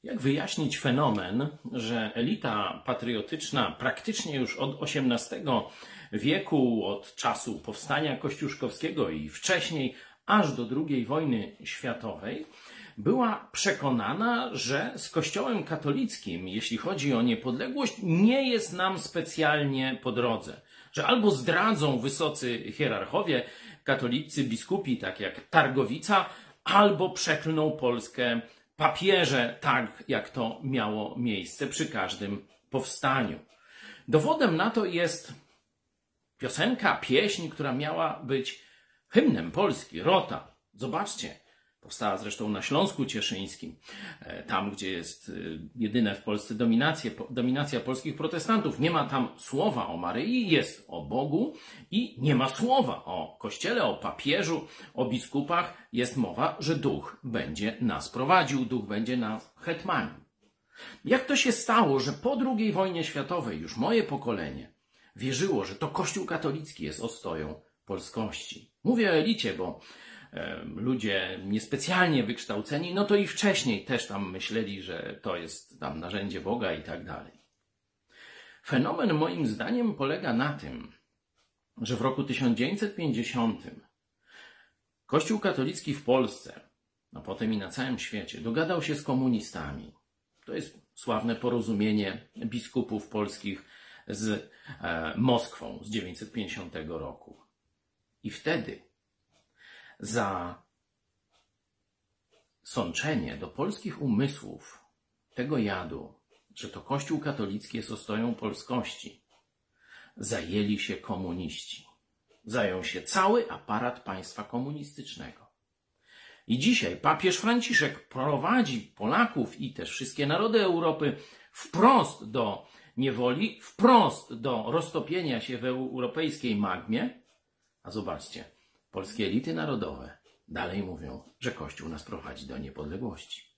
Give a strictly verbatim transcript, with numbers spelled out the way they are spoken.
Jak wyjaśnić fenomen, że elita patriotyczna praktycznie już od osiemnastego wieku, od czasu powstania kościuszkowskiego i wcześniej, aż do drugiej wojny światowej, była przekonana, że z Kościołem katolickim, jeśli chodzi o niepodległość, nie jest nam specjalnie po drodze. Że albo zdradzą wysocy hierarchowie, katolicy biskupi, tak jak Targowica, albo przeklną Polskę papieże, tak jak to miało miejsce przy każdym powstaniu. Dowodem na to jest piosenka, pieśń, która miała być hymnem Polski, Rota. Zobaczcie, powstała zresztą na Śląsku Cieszyńskim, tam gdzie jest jedyne w Polsce dominacja, dominacja polskich protestantów. Nie ma tam słowa o Maryi, jest o Bogu i nie ma słowa o Kościele, o papieżu, o biskupach. Jest mowa, że Duch będzie nas prowadził, Duch będzie nas hetmanił. Jak to się stało, że po drugiej wojnie światowej już moje pokolenie wierzyło, że to Kościół katolicki jest ostoją polskości? Mówię o elicie, bo ludzie niespecjalnie wykształceni, no to i wcześniej też tam myśleli, że to jest tam narzędzie Boga i tak dalej. Fenomen moim zdaniem polega na tym, że w roku tysiąc dziewięćset pięćdziesiątym Kościół katolicki w Polsce, a potem i na całym świecie, dogadał się z komunistami. To jest sławne porozumienie biskupów polskich z e, Moskwą z tysiąc dziewięćset pięćdziesiątego roku. I wtedy za sączenie do polskich umysłów tego jadu, że to Kościół katolicki jest ostoją polskości, zajęli się komuniści. Zajął się cały aparat państwa komunistycznego. I dzisiaj papież Franciszek prowadzi Polaków i też wszystkie narody Europy wprost do niewoli, wprost do roztopienia się w europejskiej magmie. A zobaczcie, polskie elity narodowe dalej mówią, że Kościół nas prowadzi do niepodległości.